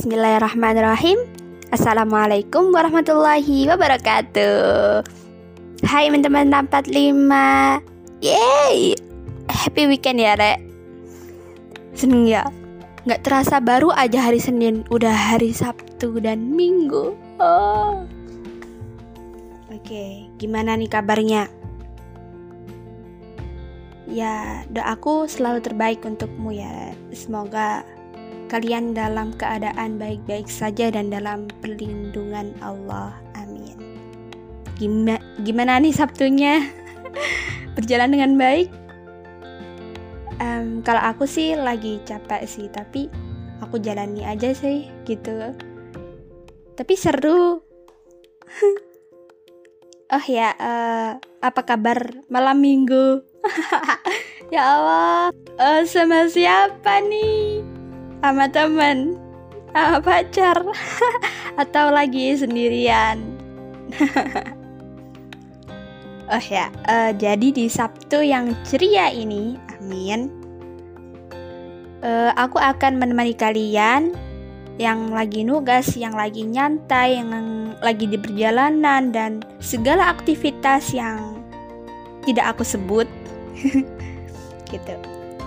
Bismillahirrahmanirrahim. Assalamualaikum warahmatullahi wabarakatuh. Hai teman-teman 45. Yeay, happy weekend ya Rek. Seneng ya? Gak terasa baru aja hari Senin, udah hari Sabtu dan Minggu. Oke, gimana nih kabarnya? Ya, doaku selalu terbaik untukmu ya. Semoga kalian dalam keadaan baik-baik saja dan dalam perlindungan Allah. Amin. Gimana nih Sabtunya? Berjalan dengan baik? Kalau aku sih lagi capek sih, tapi aku jalani aja sih gitu. Tapi seru. Oh ya, apa kabar malam minggu? Ya Allah, sama siapa nih? Sama teman, sama pacar, atau lagi sendirian? Oh ya, jadi di Sabtu yang ceria ini, amin, aku akan menemani kalian yang lagi nugas, yang lagi nyantai, yang lagi di perjalanan, dan segala aktivitas yang tidak aku sebut. Gitu.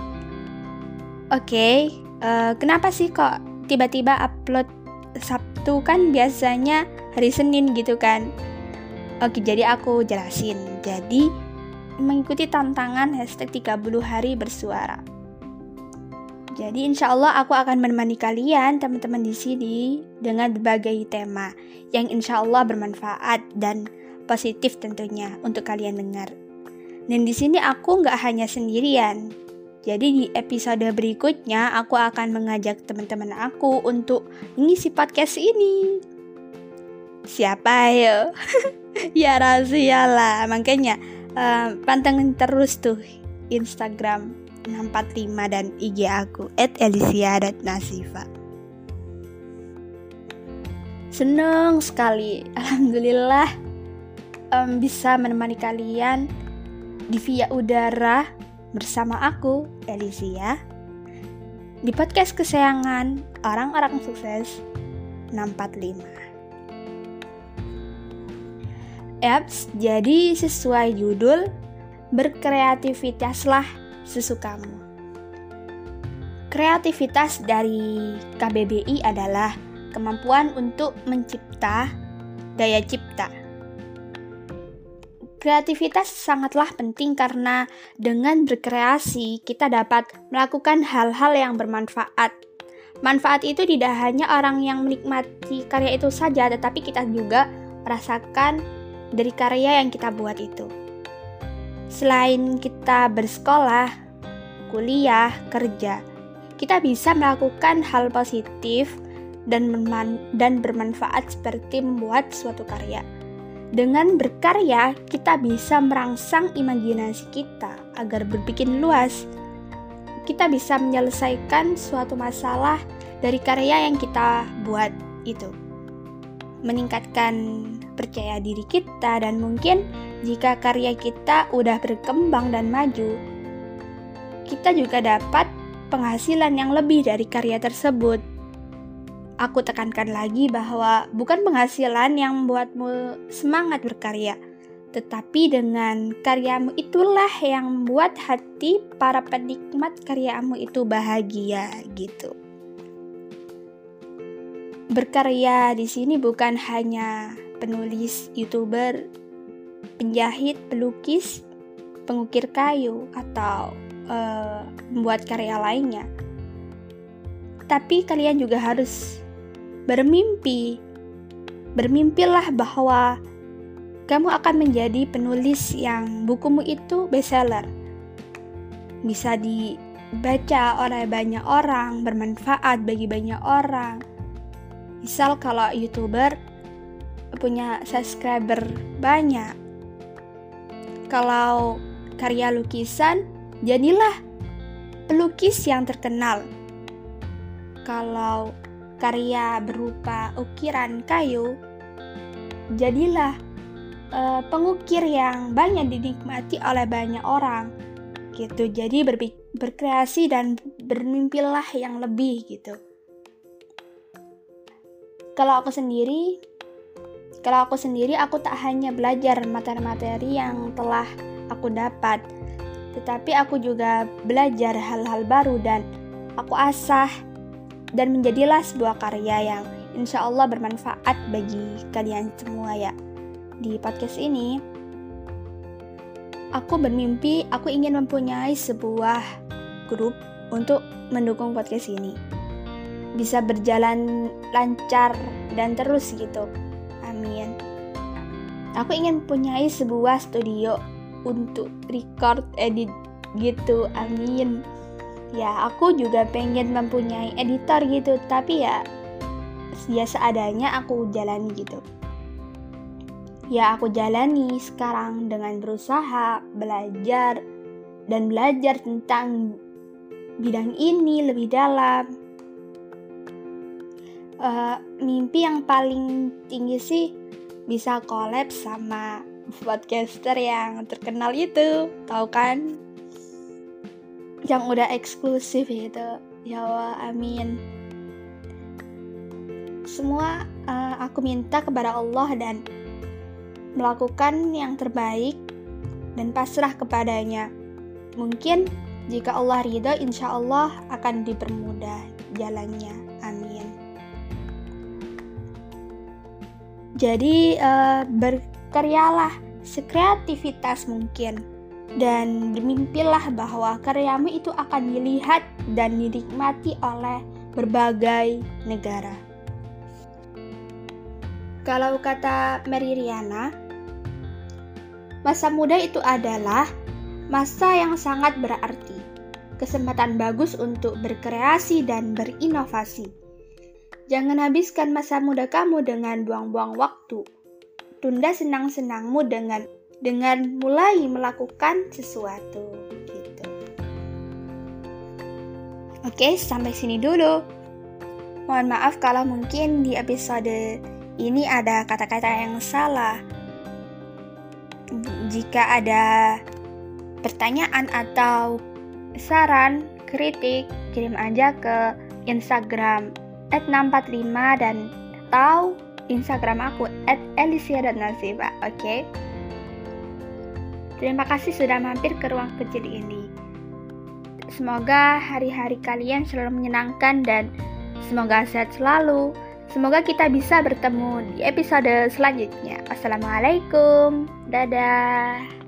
Oke. Kenapa sih kok tiba-tiba upload Sabtu, kan biasanya hari Senin gitu kan? Oke, jadi aku jelasin. Jadi mengikuti tantangan hashtag 30 hari bersuara. Jadi insya Allah aku akan menemani kalian teman-teman di sini dengan berbagai tema yang insya Allah bermanfaat dan positif tentunya untuk kalian dengar. Dan di sini aku nggak hanya sendirian. Jadi di episode berikutnya aku akan mengajak teman-teman aku untuk mengisi podcast ini. Siapa ya? Ya rahasia lah. Makanya pantengin terus tuh Instagram 645 dan IG aku @elisia.nasifa. Seneng sekali, alhamdulillah bisa menemani kalian di via udara bersama aku, Elisia, di podcast kesayangan orang-orang sukses 645. Eps, jadi sesuai judul, berkreativitaslah sesukamu. Kreativitas dari KBBI adalah kemampuan untuk mencipta, daya cipta. Kreativitas sangatlah penting karena dengan berkreasi kita dapat melakukan hal-hal yang bermanfaat. Manfaat itu tidak hanya orang yang menikmati karya itu saja, tetapi kita juga merasakan dari karya yang kita buat itu. Selain kita bersekolah, kuliah, kerja, kita bisa melakukan hal positif dan bermanfaat seperti membuat suatu karya. Dengan berkarya, kita bisa merangsang imajinasi kita agar berpikir luas. Kita bisa menyelesaikan suatu masalah dari karya yang kita buat itu. Meningkatkan percaya diri kita, dan mungkin jika karya kita udah berkembang dan maju, kita juga dapat penghasilan yang lebih dari karya tersebut. Aku tekankan lagi bahwa bukan penghasilan yang membuatmu semangat berkarya, tetapi dengan karyamu itulah yang membuat hati para penikmat karyamu itu bahagia gitu. Berkarya di sini bukan hanya penulis, YouTuber, penjahit, pelukis, pengukir kayu, atau membuat karya lainnya. Tapi kalian juga harus bermimpi. Bermimpilah bahwa kamu akan menjadi penulis yang bukumu itu bestseller. Bisa dibaca oleh banyak orang, bermanfaat bagi banyak orang. Misal kalau YouTuber punya subscriber banyak. Kalau karya lukisan, jadilah pelukis yang terkenal. Kalau karya berupa ukiran kayu, jadilah pengukir yang banyak dinikmati oleh banyak orang gitu. Jadi berkreasi dan bermimpilah yang lebih gitu. Kalau aku sendiri, aku tak hanya belajar materi-materi yang telah aku dapat, tetapi aku juga belajar hal-hal baru dan aku asah dan menjadilah sebuah karya yang insya Allah bermanfaat bagi kalian semua ya. Di podcast ini, aku bermimpi aku ingin mempunyai sebuah grup untuk mendukung podcast ini. Bisa berjalan lancar dan terus gitu. Amin. Aku ingin mempunyai sebuah studio untuk record, edit gitu. Amin. Ya, aku juga pengen mempunyai editor gitu, tapi ya seadanya aku jalani gitu. Ya, aku jalani sekarang dengan berusaha belajar tentang bidang ini lebih dalam. Mimpi yang paling tinggi sih bisa collab sama podcaster yang terkenal itu, tahu kan? Yang udah eksklusif itu. Ya Allah, amin. Semua aku minta kepada Allah dan melakukan yang terbaik dan pasrah kepadanya. Mungkin jika Allah ridha, insya Allah akan dipermudah jalannya. Amin. Jadi berkaryalah sekreativitas mungkin, dan bermimpilah bahwa karyamu itu akan dilihat dan dinikmati oleh berbagai negara. Kalau kata Mary Riana, masa muda itu adalah masa yang sangat berarti, kesempatan bagus untuk berkreasi dan berinovasi. Jangan habiskan masa muda kamu dengan buang-buang waktu. Tunda senang-senangmu dengan mulai melakukan sesuatu gitu. Oke, sampai sini dulu. Mohon maaf kalau mungkin di episode ini ada kata-kata yang salah. Jika ada pertanyaan atau saran, kritik, kirim aja ke Instagram @645 dan atau Instagram aku @elysia.nasiba. Oke. Terima kasih sudah mampir ke ruang kecil ini. Semoga hari-hari kalian selalu menyenangkan dan semoga sehat selalu. Semoga kita bisa bertemu di episode selanjutnya. Wassalamualaikum. Dadah.